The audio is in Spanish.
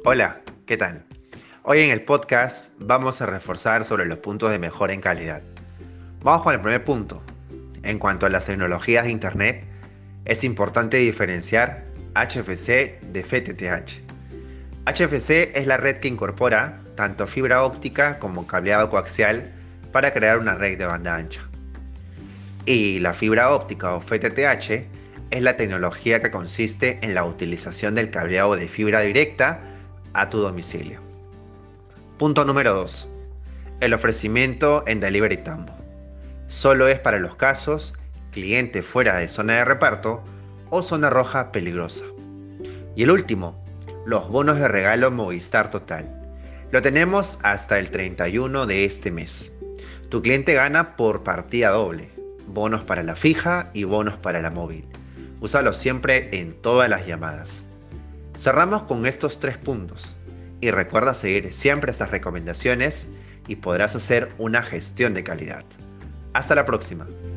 Hola, ¿qué tal? Hoy en el podcast vamos a reforzar sobre los puntos de mejora en calidad. Vamos con el primer punto. En cuanto a las tecnologías de Internet, es importante diferenciar HFC de FTTH. HFC es la red que incorpora tanto fibra óptica como cableado coaxial para crear una red de banda ancha. Y la fibra óptica o FTTH es la tecnología que consiste en la utilización del cableado de fibra directa a tu domicilio. Punto número 2. El ofrecimiento en Delivery Tambo. Solo es para los casos cliente fuera de zona de reparto o zona roja peligrosa. Y el último, los bonos de regalo Movistar Total. Lo tenemos hasta el 31 de este mes. Tu cliente gana por partida doble, bonos para la fija y bonos para la móvil. Úsalo siempre en todas las llamadas. Cerramos con estos 3 puntos y recuerda seguir siempre estas recomendaciones y podrás hacer una gestión de calidad. Hasta la próxima.